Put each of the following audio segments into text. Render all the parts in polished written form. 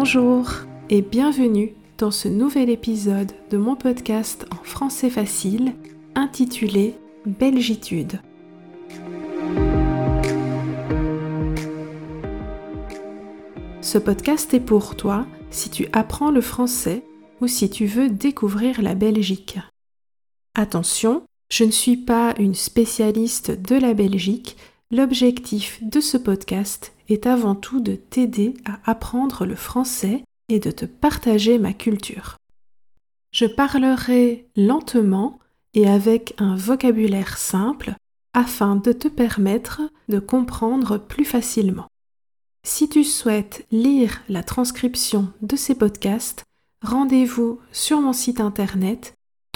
Bonjour et bienvenue dans ce nouvel épisode de mon podcast en français facile intitulé Belgitude. Ce podcast est pour toi si tu apprends le français ou si tu veux découvrir la Belgique. Attention, je ne suis pas une spécialiste de la Belgique. L'objectif de ce podcast est avant tout de t'aider à apprendre le français et de te partager ma culture. Je parlerai lentement et avec un vocabulaire simple afin de te permettre de comprendre plus facilement. Si tu souhaites lire la transcription de ces podcasts, rendez-vous sur mon site internet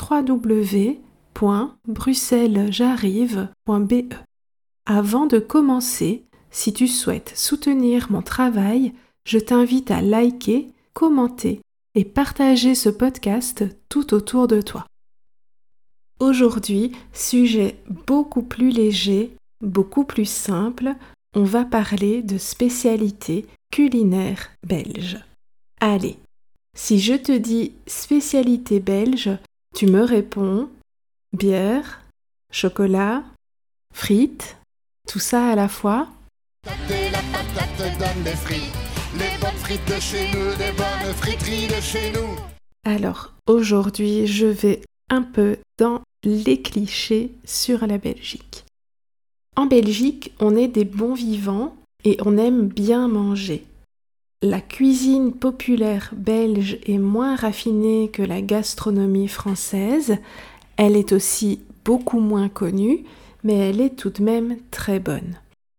www.bruxellesj'arrive.be. Avant de commencer, si tu souhaites soutenir mon travail, je t'invite à liker, commenter et partager ce podcast tout autour de toi. Aujourd'hui, sujet beaucoup plus léger, beaucoup plus simple, on va parler de spécialités culinaires belges. Allez, si je te dis spécialité belge, tu me réponds bière, chocolat, frites, tout ça à la fois. La patate donne les frites, les bonnes frites de chez nous, des bonnes friteries de chez nous. Alors, aujourd'hui, je vais un peu dans les clichés sur la Belgique. En Belgique, on est des bons vivants et on aime bien manger. La cuisine populaire belge est moins raffinée que la gastronomie française. Elle est aussi beaucoup moins connue, mais elle est tout de même très bonne.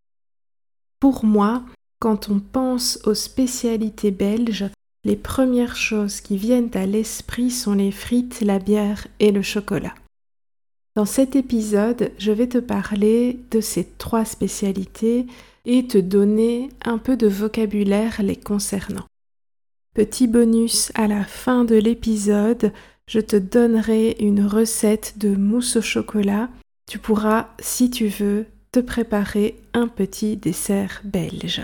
Pour moi, quand on pense aux spécialités belges, les premières choses qui viennent à l'esprit sont les frites, la bière et le chocolat. Dans cet épisode, je vais te parler de ces trois spécialités et te donner un peu de vocabulaire les concernant. Petit bonus à la fin de l'épisode, je te donnerai une recette de mousse au chocolat. Tu pourras, si tu veux, te préparer un petit dessert belge.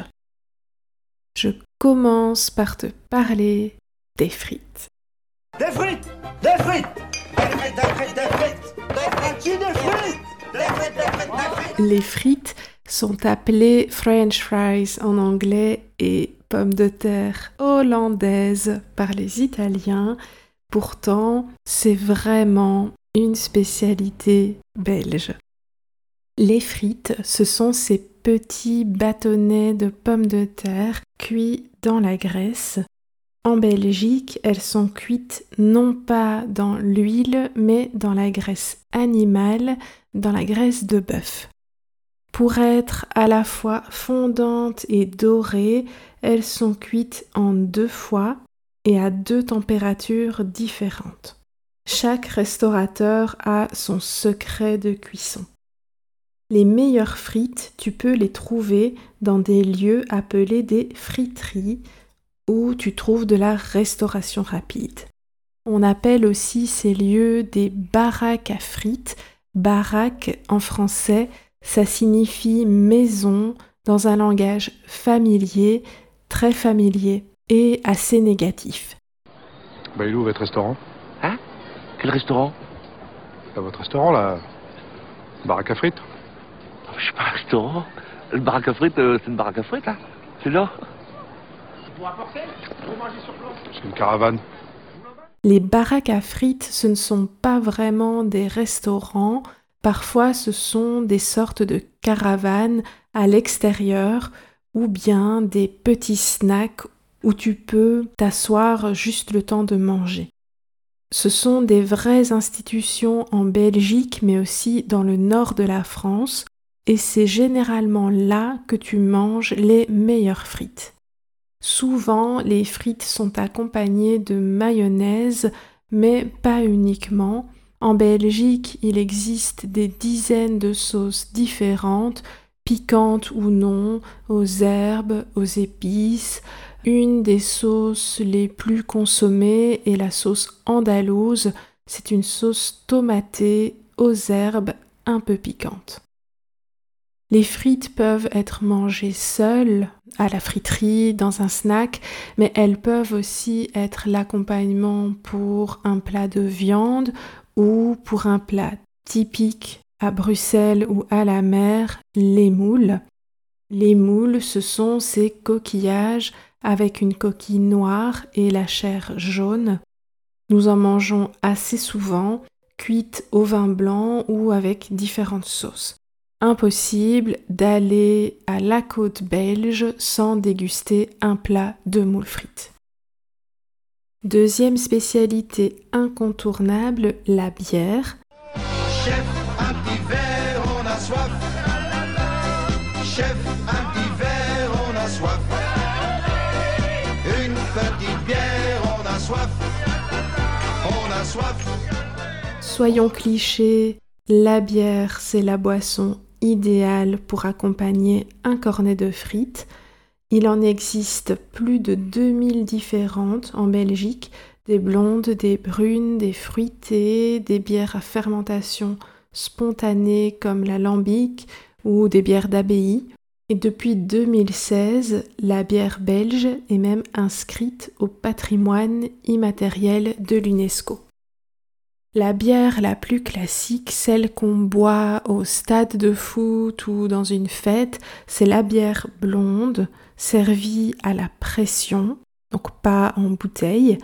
Je commence par te parler des frites. Des frites! Des frites! Des frites, des frites, des frites! Des frites, des frites! Des frites, des frites, des frites! Les frites sont appelées French fries en anglais et pommes de terre hollandaises par les Italiens. Pourtant, c'est vraiment une spécialité belge. Les frites, ce sont ces petits bâtonnets de pommes de terre cuits dans la graisse. En Belgique, elles sont cuites non pas dans l'huile, mais dans la graisse animale, dans la graisse de bœuf. Pour être à la fois fondantes et dorées, elles sont cuites en 2 fois et à 2 températures différentes. Chaque restaurateur a son secret de cuisson. Les meilleures frites, tu peux les trouver dans des lieux appelés des friteries où tu trouves de la restauration rapide. On appelle aussi ces lieux des baraques à frites. Baraque en français, ça signifie maison dans un langage familier, très familier et assez négatif. Il est où votre restaurant? Hein? Quel restaurant? Votre restaurant, là. Baraque à frites. Je suis pas un restaurant. Le baraque à frites, c'est une baraque à frites, là. C'est là. C'est une caravane. Les baraques à frites, ce ne sont pas vraiment des restaurants. Parfois, ce sont des sortes de caravanes à l'extérieur ou bien des petits snacks où tu peux t'asseoir juste le temps de manger. Ce sont des vraies institutions en Belgique, mais aussi dans le nord de la France, et c'est généralement là que tu manges les meilleures frites. Souvent, les frites sont accompagnées de mayonnaise, mais pas uniquement. En Belgique, il existe des dizaines de sauces différentes, piquantes ou non, aux herbes, aux épices. Une des sauces les plus consommées est la sauce andalouse. C'est une sauce tomatée aux herbes un peu piquante. Les frites peuvent être mangées seules, à la friterie, dans un snack, mais elles peuvent aussi être l'accompagnement pour un plat de viande ou pour un plat typique à Bruxelles ou à la mer, les moules. Les moules, ce sont ces coquillages avec une coquille noire et la chair jaune. Nous en mangeons assez souvent, cuites au vin blanc ou avec différentes sauces. Impossible d'aller à la côte belge sans déguster un plat de moules frites. Deuxième spécialité incontournable, la bière. Chef, un petit verre, on a soif. Chef, un petit verre, on a soif. Une petite bière, on a soif. On a soif. Soyons clichés, la bière, c'est la boisson idéale pour accompagner un cornet de frites. Il en existe plus de 2000 différentes en Belgique, des blondes, des brunes, des fruitées, des bières à fermentation spontanée comme la lambic ou des bières d'abbaye. Et depuis 2016, la bière belge est même inscrite au patrimoine immatériel de l'UNESCO. La bière la plus classique, celle qu'on boit au stade de foot ou dans une fête, c'est la bière blonde, servie à la pression, donc pas en bouteille.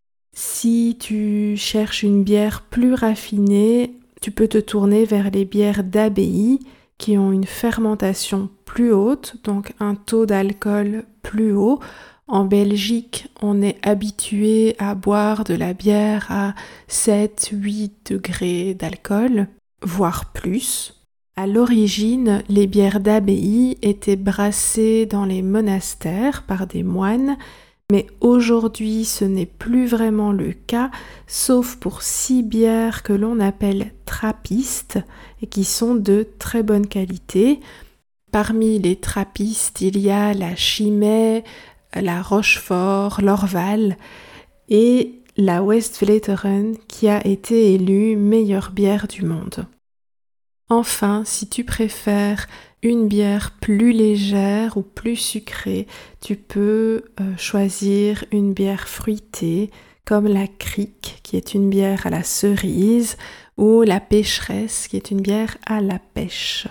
Si tu cherches une bière plus raffinée, tu peux te tourner vers les bières d'abbaye qui ont une fermentation plus haute, donc un taux d'alcool plus haut. En Belgique, on est habitué à boire de la bière à 7-8 degrés d'alcool, voire plus. À l'origine, les bières d'abbaye étaient brassées dans les monastères par des moines, mais aujourd'hui ce n'est plus vraiment le cas, sauf pour 6 bières que l'on appelle trappistes et qui sont de très bonne qualité. Parmi les trappistes, il y a la Chimay, la Rochefort, l'Orval et la Westvleteren qui a été élue meilleure bière du monde. Enfin, si tu préfères une bière plus légère ou plus sucrée, tu peux choisir une bière fruitée comme la Crique qui est une bière à la cerise ou la Pécheresse qui est une bière à la pêche.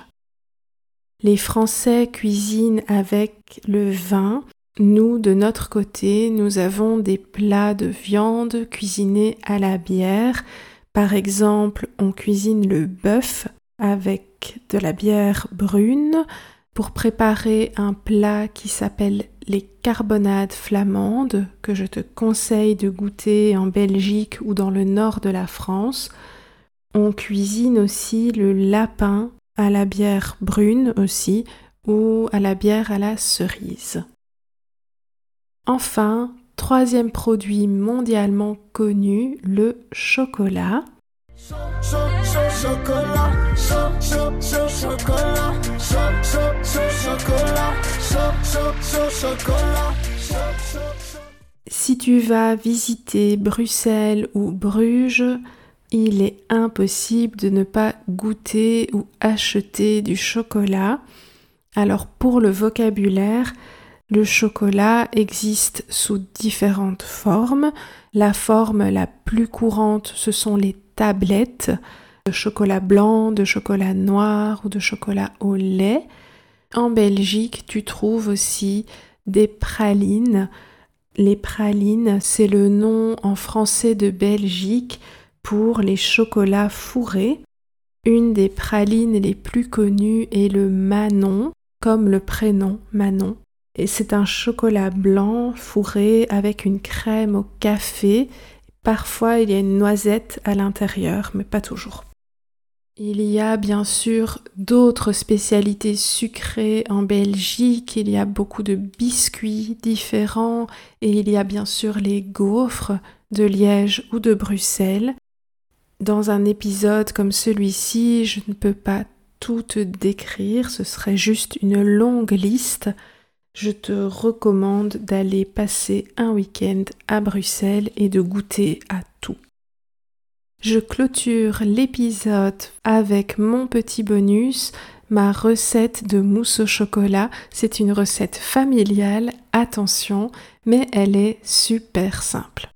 Les Français cuisinent avec le vin. Nous, de notre côté, nous avons des plats de viande cuisinés à la bière. Par exemple, on cuisine le bœuf avec de la bière brune pour préparer un plat qui s'appelle les carbonades flamandes, que je te conseille de goûter en Belgique ou dans le nord de la France. On cuisine aussi le lapin à la bière brune aussi, ou à la bière à la cerise. Enfin, troisième produit mondialement connu, le chocolat. Chocolat, chocolat, chocolat. Si tu vas visiter Bruxelles ou Bruges, il est impossible de ne pas goûter ou acheter du chocolat. Alors pour le vocabulaire, le chocolat existe sous différentes formes. La forme la plus courante, ce sont les tablettes de chocolat blanc, de chocolat noir ou de chocolat au lait. En Belgique, tu trouves aussi des pralines. Les pralines, c'est le nom en français de Belgique pour les chocolats fourrés. Une des pralines les plus connues est le Manon, comme le prénom Manon. Et c'est un chocolat blanc fourré avec une crème au café. Parfois, il y a une noisette à l'intérieur, mais pas toujours. Il y a bien sûr d'autres spécialités sucrées en Belgique. Il y a beaucoup de biscuits différents et il y a bien sûr les gaufres de Liège ou de Bruxelles. Dans un épisode comme celui-ci, je ne peux pas tout te décrire, ce serait juste une longue liste. Je te recommande d'aller passer un week-end à Bruxelles et de goûter à tout. Je clôture l'épisode avec mon petit bonus. ma recette de mousse au chocolat. C'est une recette familiale, attention, mais elle est super simple.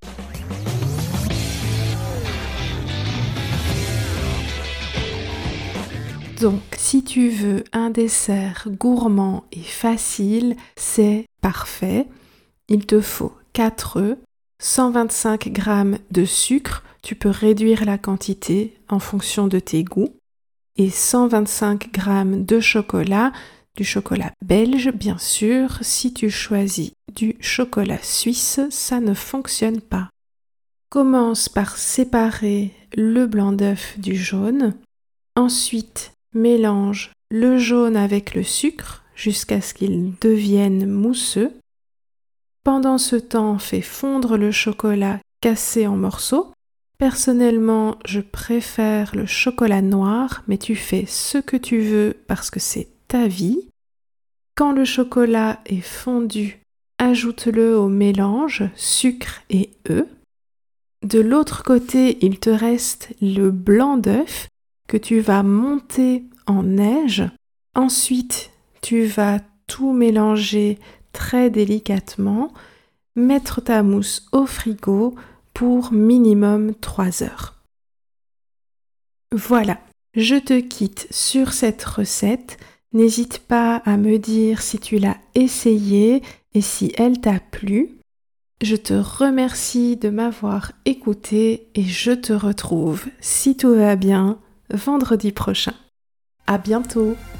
Donc, si tu veux un dessert gourmand et facile, c'est parfait. Il te faut 4 œufs, 125 g de sucre, tu peux réduire la quantité en fonction de tes goûts, et 125 g de chocolat, du chocolat belge bien sûr. Si tu choisis du chocolat suisse, ça ne fonctionne pas. Commence par séparer le blanc d'œuf du jaune, ensuite mélange le jaune avec le sucre jusqu'à ce qu'il devienne mousseux. Pendant ce temps, fais fondre le chocolat cassé en morceaux. Personnellement, je préfère le chocolat noir, mais tu fais ce que tu veux parce que c'est ta vie. Quand le chocolat est fondu, ajoute-le au mélange sucre et œufs. De l'autre côté, il te reste le blanc d'œuf que tu vas monter en neige. Ensuite, tu vas tout mélanger très délicatement, mettre ta mousse au frigo pour minimum 3 heures. Voilà, je te quitte sur cette recette. N'hésite pas à me dire si tu l'as essayée et si elle t'a plu. Je te remercie de m'avoir écouté et je te retrouve, si tout va bien, vendredi prochain. À bientôt!